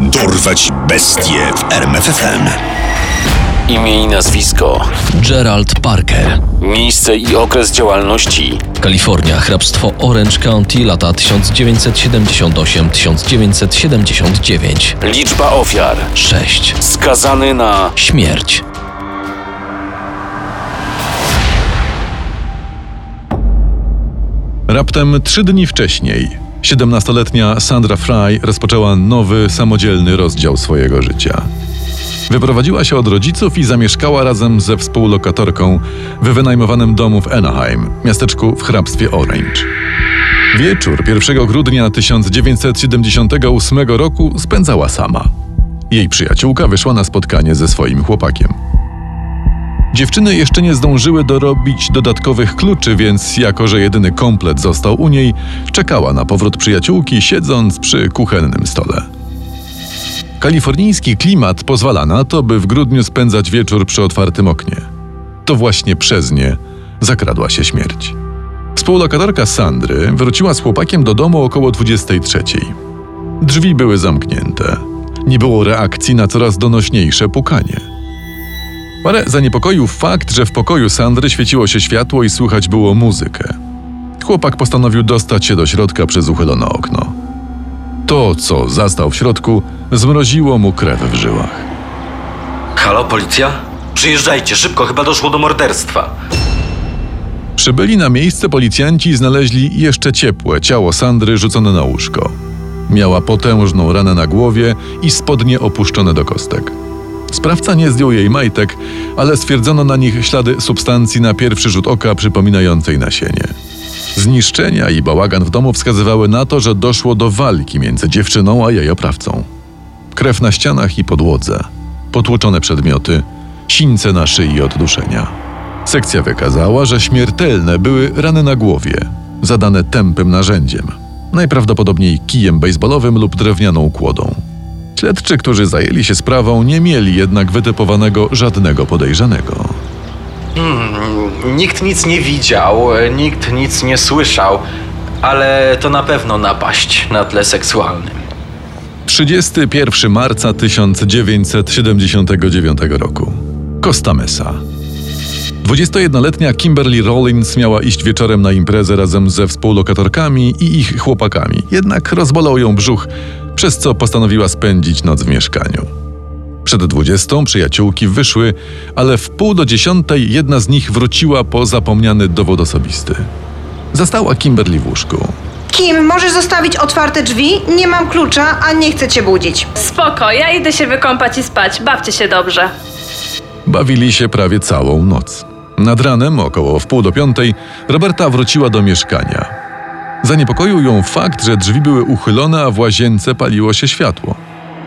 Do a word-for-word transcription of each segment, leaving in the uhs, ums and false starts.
Dorwać bestie w R M F F M. Imię i nazwisko: Gerald Parker. Miejsce i okres działalności: Kalifornia, hrabstwo Orange County, lata tysiąc dziewięćset siedemdziesiąt osiem do tysiąc dziewięćset siedemdziesiąt dziewięć. Liczba ofiar: sześć. Skazany na śmierć. Raptem trzy dni wcześniej siedemnastoletnia Sandra Fry rozpoczęła nowy, samodzielny rozdział swojego życia. Wyprowadziła się od rodziców i zamieszkała razem ze współlokatorką w wynajmowanym domu w Anaheim, miasteczku w hrabstwie Orange. Wieczór pierwszego grudnia tysiąc dziewięćset siedemdziesiątego ósmego roku spędzała sama. Jej przyjaciółka wyszła na spotkanie ze swoim chłopakiem. Dziewczyny jeszcze nie zdążyły dorobić dodatkowych kluczy, więc jako że jedyny komplet został u niej, czekała na powrót przyjaciółki, siedząc przy kuchennym stole. Kalifornijski klimat pozwala na to, by w grudniu spędzać wieczór przy otwartym oknie. To właśnie przez nie zakradła się śmierć. Współlokatorka Sandry wróciła z chłopakiem do domu około dwudziestej trzeciej. Drzwi były zamknięte. Nie było reakcji na coraz donośniejsze pukanie. Parę zaniepokoił fakt, że w pokoju Sandry świeciło się światło i słychać było muzykę. Chłopak postanowił dostać się do środka przez uchylone okno. To, co zastał w środku, zmroziło mu krew w żyłach. Halo, policja? Przyjeżdżajcie, szybko, chyba doszło do morderstwa. Przybyli na miejsce policjanci i znaleźli jeszcze ciepłe ciało Sandry rzucone na łóżko. Miała potężną ranę na głowie i spodnie opuszczone do kostek. Sprawca nie zdjął jej majtek, ale stwierdzono na nich ślady substancji na pierwszy rzut oka przypominającej nasienie. Zniszczenia i bałagan w domu wskazywały na to, że doszło do walki między dziewczyną a jej oprawcą. Krew na ścianach i podłodze, potłuczone przedmioty, sińce na szyi od duszenia. Sekcja wykazała, że śmiertelne były rany na głowie, zadane tępym narzędziem, najprawdopodobniej kijem bejsbolowym lub drewnianą kłodą. Śledczy, którzy zajęli się sprawą, nie mieli jednak wytypowanego żadnego podejrzanego. Hmm, nikt nic nie widział, nikt nic nie słyszał, ale to na pewno napaść na tle seksualnym. trzydziestego pierwszego marca tysiąc dziewięćset siedemdziesiątego dziewiątego roku. Costa Mesa. dwudziestojednoletnia Kimberly Rollins miała iść wieczorem na imprezę razem ze współlokatorkami i ich chłopakami, jednak rozbolał ją brzuch, przez co postanowiła spędzić noc w mieszkaniu. Przed dwudziestą przyjaciółki wyszły, ale w pół do dziesiątej jedna z nich wróciła po zapomniany dowód osobisty. Zastała Kimberly w łóżku. Kim, możesz zostawić otwarte drzwi? Nie mam klucza, a nie chcę cię budzić. Spoko, ja idę się wykąpać i spać. Bawcie się dobrze. Bawili się prawie całą noc. Nad ranem, około w pół do piątej, Roberta wróciła do mieszkania. Zaniepokoił ją fakt, że drzwi były uchylone, a w łazience paliło się światło.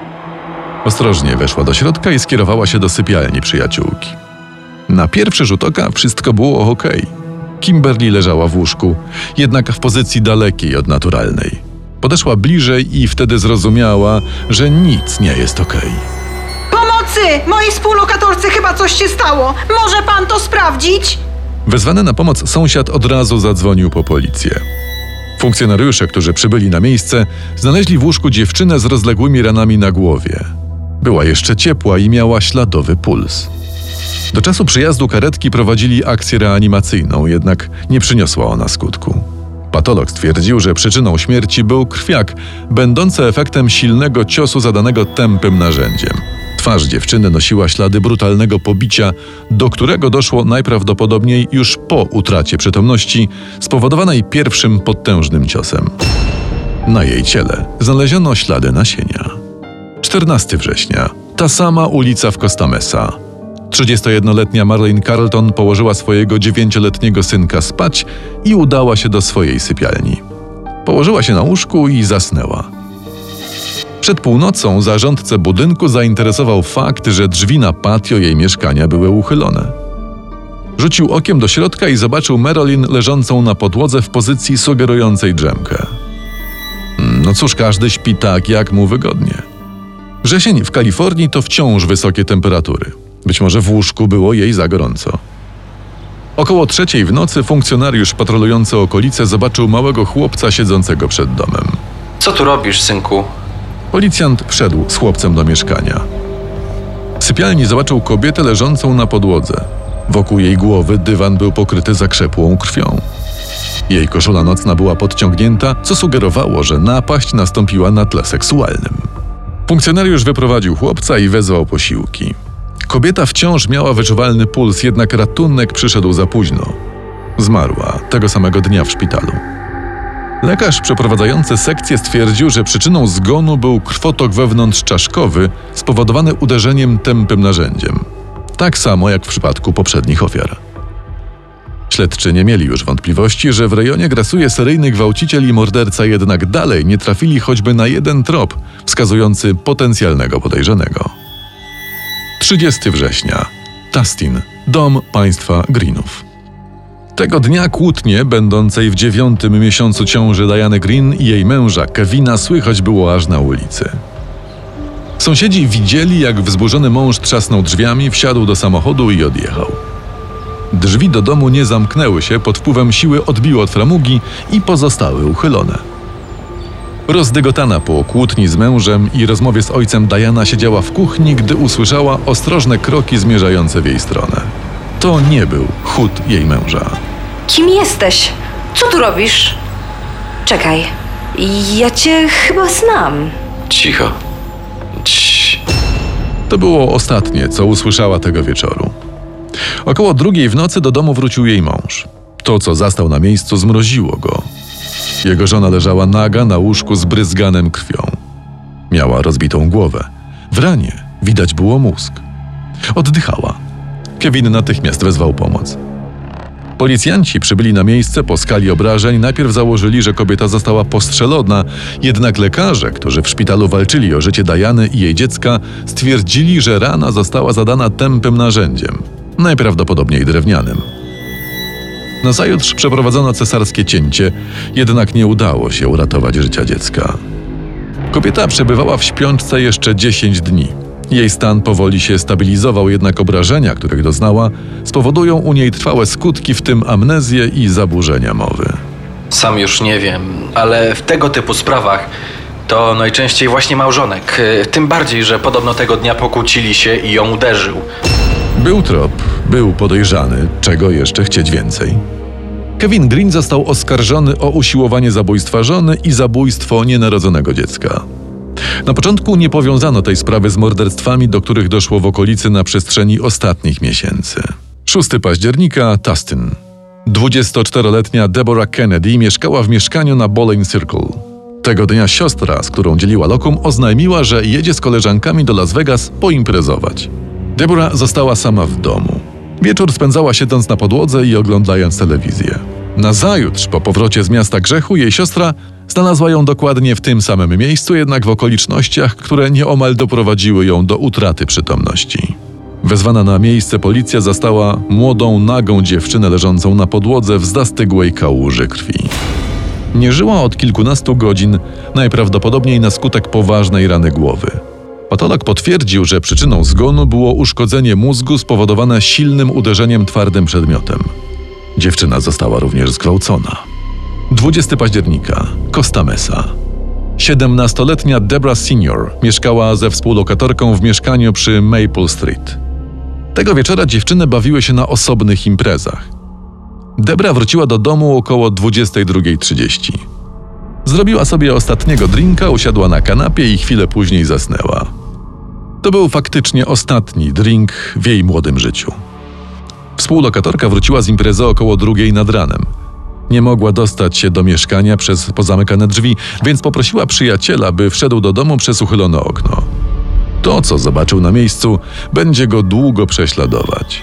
Ostrożnie weszła do środka i skierowała się do sypialni przyjaciółki. Na pierwszy rzut oka wszystko było okej. Kimberly leżała w łóżku, jednak w pozycji dalekiej od naturalnej. Podeszła bliżej i wtedy zrozumiała, że nic nie jest okej. Pomocy! Mojej współlokatorce chyba coś się stało. Może pan to sprawdzić? Wezwany na pomoc sąsiad od razu zadzwonił po policję. Funkcjonariusze, którzy przybyli na miejsce, znaleźli w łóżku dziewczynę z rozległymi ranami na głowie. Była jeszcze ciepła i miała śladowy puls. Do czasu przyjazdu karetki prowadzili akcję reanimacyjną, jednak nie przyniosła ona skutku. Patolog stwierdził, że przyczyną śmierci był krwiak, będący efektem silnego ciosu zadanego tępym narzędziem. Twarz dziewczyny nosiła ślady brutalnego pobicia, do którego doszło najprawdopodobniej już po utracie przytomności, spowodowanej pierwszym potężnym ciosem. Na jej ciele znaleziono ślady nasienia. czternastego września. Ta sama ulica w Costa Mesa. trzydziestojednoletnia Marlene Carlton położyła swojego dziewięcioletniego synka spać i udała się do swojej sypialni. Położyła się na łóżku i zasnęła. Przed północą zarządcę budynku zainteresował fakt, że drzwi na patio jej mieszkania były uchylone. Rzucił okiem do środka i zobaczył Marilyn leżącą na podłodze w pozycji sugerującej drzemkę. No cóż, każdy śpi tak, jak mu wygodnie. Wrzesień w Kalifornii to wciąż wysokie temperatury. Być może w łóżku było jej za gorąco. Około trzeciej w nocy funkcjonariusz patrolujący okolice zobaczył małego chłopca siedzącego przed domem. Co tu robisz, synku? Policjant wszedł z chłopcem do mieszkania. W sypialni zobaczył kobietę leżącą na podłodze. Wokół jej głowy dywan był pokryty zakrzepłą krwią. Jej koszula nocna była podciągnięta, co sugerowało, że napaść nastąpiła na tle seksualnym. Funkcjonariusz wyprowadził chłopca i wezwał posiłki. Kobieta wciąż miała wyczuwalny puls, jednak ratunek przyszedł za późno. Zmarła tego samego dnia w szpitalu. Lekarz przeprowadzający sekcję stwierdził, że przyczyną zgonu był krwotok wewnątrzczaszkowy spowodowany uderzeniem tępym narzędziem. Tak samo jak w przypadku poprzednich ofiar. Śledczy nie mieli już wątpliwości, że w rejonie grasuje seryjny gwałciciel i morderca, jednak dalej nie trafili choćby na jeden trop wskazujący potencjalnego podejrzanego. trzydziestego września. Tustin, dom państwa Greenów. Tego dnia kłótnie, będącej w dziewiątym miesiącu ciąży Diany Green i jej męża Kevina, słychać było aż na ulicy. Sąsiedzi widzieli, jak wzburzony mąż trzasnął drzwiami, wsiadł do samochodu i odjechał. Drzwi do domu nie zamknęły się, pod wpływem siły odbiły od framugi i pozostały uchylone. Rozdygotana po kłótni z mężem i rozmowie z ojcem, Diana siedziała w kuchni, gdy usłyszała ostrożne kroki zmierzające w jej stronę. To nie był chód jej męża. Kim jesteś? Co tu robisz? Czekaj, ja cię chyba znam. Cicho. Cii. To było ostatnie, co usłyszała tego wieczoru. Około drugiej w nocy do domu wrócił jej mąż. To, co zastał na miejscu, zmroziło go. Jego żona leżała naga na łóżku zbryzganym krwią. Miała rozbitą głowę. W ranie widać było mózg. Oddychała. Kevin natychmiast wezwał pomoc. Policjanci przybyli na miejsce po skali obrażeń. Najpierw założyli, że kobieta została postrzelona, jednak lekarze, którzy w szpitalu walczyli o życie Diany i jej dziecka, stwierdzili, że rana została zadana tępym narzędziem, najprawdopodobniej drewnianym. Nazajutrz przeprowadzono cesarskie cięcie, jednak nie udało się uratować życia dziecka. Kobieta przebywała w śpiączce jeszcze dziesięć dni. Jej stan powoli się stabilizował, jednak obrażenia, których doznała, spowodują u niej trwałe skutki, w tym amnezję i zaburzenia mowy. Sam już nie wiem, ale w tego typu sprawach to najczęściej właśnie małżonek. Tym bardziej, że podobno tego dnia pokłócili się i ją uderzył. Był trop, był podejrzany, czego jeszcze chcieć więcej. Kevin Green został oskarżony o usiłowanie zabójstwa żony i zabójstwo nienarodzonego dziecka. Na początku nie powiązano tej sprawy z morderstwami, do których doszło w okolicy na przestrzeni ostatnich miesięcy. szóstego października, Tustin. dwudziestoczteroletnia Deborah Kennedy mieszkała w mieszkaniu na Boleyn Circle. Tego dnia siostra, z którą dzieliła lokum, oznajmiła, że jedzie z koleżankami do Las Vegas poimprezować. Deborah została sama w domu. Wieczór spędzała siedząc na podłodze i oglądając telewizję. Nazajutrz, po powrocie z miasta grzechu, jej siostra znalazła ją dokładnie w tym samym miejscu, jednak w okolicznościach, które nieomal doprowadziły ją do utraty przytomności. Wezwana na miejsce policja zastała młodą, nagą dziewczynę leżącą na podłodze w zastygłej kałuży krwi. Nie żyła od kilkunastu godzin, najprawdopodobniej na skutek poważnej rany głowy. Patolog potwierdził, że przyczyną zgonu było uszkodzenie mózgu spowodowane silnym uderzeniem twardym przedmiotem. Dziewczyna została również zgwałcona. dwudziestego października, Costa Mesa. siedemnastoletnia Deborah Senior mieszkała ze współlokatorką w mieszkaniu przy Maple Street. Tego wieczora dziewczyny bawiły się na osobnych imprezach. Debra wróciła do domu około dwudziestej drugiej trzydzieści. Zrobiła sobie ostatniego drinka, usiadła na kanapie i chwilę później zasnęła. To był faktycznie ostatni drink w jej młodym życiu. Współlokatorka wróciła z imprezy około drugiej nad ranem. Nie mogła dostać się do mieszkania przez pozamykane drzwi, więc poprosiła przyjaciela, by wszedł do domu przez uchylone okno. To, co zobaczył na miejscu, będzie go długo prześladować.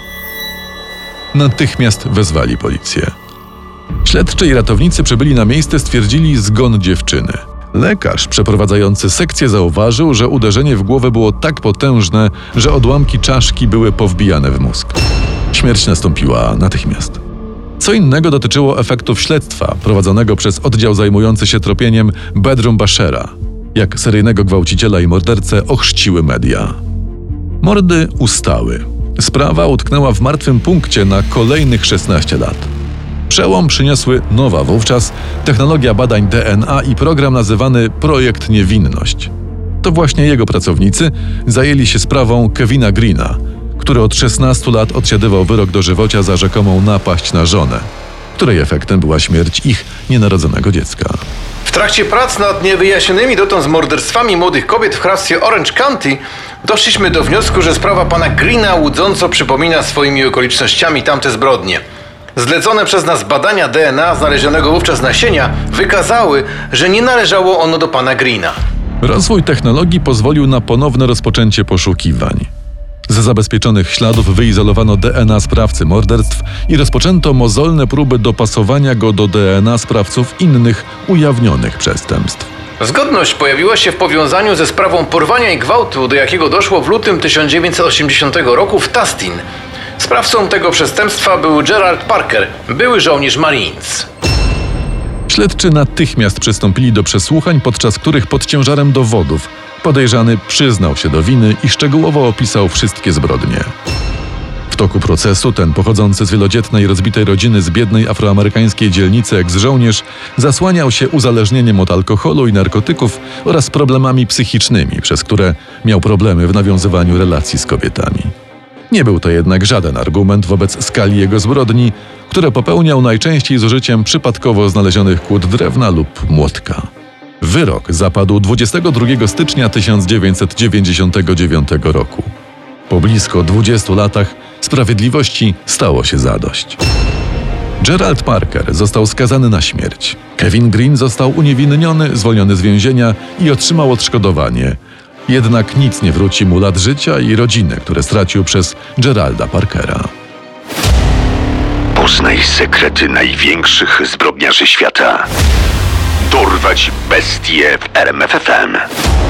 Natychmiast wezwali policję. Śledczy i ratownicy przybyli na miejsce, stwierdzili zgon dziewczyny. Lekarz przeprowadzający sekcję zauważył, że uderzenie w głowę było tak potężne, że odłamki czaszki były powbijane w mózg. Śmierć nastąpiła natychmiast. Co innego dotyczyło efektów śledztwa prowadzonego przez oddział zajmujący się tropieniem Bedroom Bashera, jak seryjnego gwałciciela i mordercę ochrzciły media. Mordy ustały. Sprawa utknęła w martwym punkcie na kolejnych szesnaście lat. Przełom przyniosły nowa wówczas technologia badań D N A i program nazywany Projekt Niewinność. To właśnie jego pracownicy zajęli się sprawą Kevina Greena, który od szesnastu lat odsiadywał wyrok dożywocia za rzekomą napaść na żonę, której efektem była śmierć ich nienarodzonego dziecka. W trakcie prac nad niewyjaśnionymi dotąd morderstwami młodych kobiet w hrabstwie Orange County doszliśmy do wniosku, że sprawa pana Greena łudząco przypomina swoimi okolicznościami tamte zbrodnie. Zlecone przez nas badania D N A znalezionego wówczas nasienia wykazały, że nie należało ono do pana Greena. Rozwój technologii pozwolił na ponowne rozpoczęcie poszukiwań. Ze zabezpieczonych śladów wyizolowano D N A sprawcy morderstw i rozpoczęto mozolne próby dopasowania go do D N A sprawców innych ujawnionych przestępstw. Zgodność pojawiła się w powiązaniu ze sprawą porwania i gwałtu, do jakiego doszło w lutym tysiąc dziewięćset osiemdziesiątego roku w Tustin. Sprawcą tego przestępstwa był Gerald Parker, były żołnierz Marines. Śledczy natychmiast przystąpili do przesłuchań, podczas których pod ciężarem dowodów podejrzany przyznał się do winy i szczegółowo opisał wszystkie zbrodnie. W toku procesu ten pochodzący z wielodzietnej, rozbitej rodziny z biednej afroamerykańskiej dzielnicy eks-żołnierz zasłaniał się uzależnieniem od alkoholu i narkotyków oraz problemami psychicznymi, przez które miał problemy w nawiązywaniu relacji z kobietami. Nie był to jednak żaden argument wobec skali jego zbrodni, które popełniał najczęściej z użyciem przypadkowo znalezionych kłód drewna lub młotka. Wyrok zapadł dwudziestego drugiego stycznia tysiąc dziewięćset dziewięćdziesiątego dziewiątego roku. Po blisko dwudziestu latach sprawiedliwości stało się zadość. Gerald Parker został skazany na śmierć. Kevin Green został uniewinniony, zwolniony z więzienia i otrzymał odszkodowanie. Jednak nic nie wróci mu lat życia i rodziny, które stracił przez Geralda Parkera. Poznaj sekrety największych zbrodniarzy świata. Dorwać bestie w R M F F M.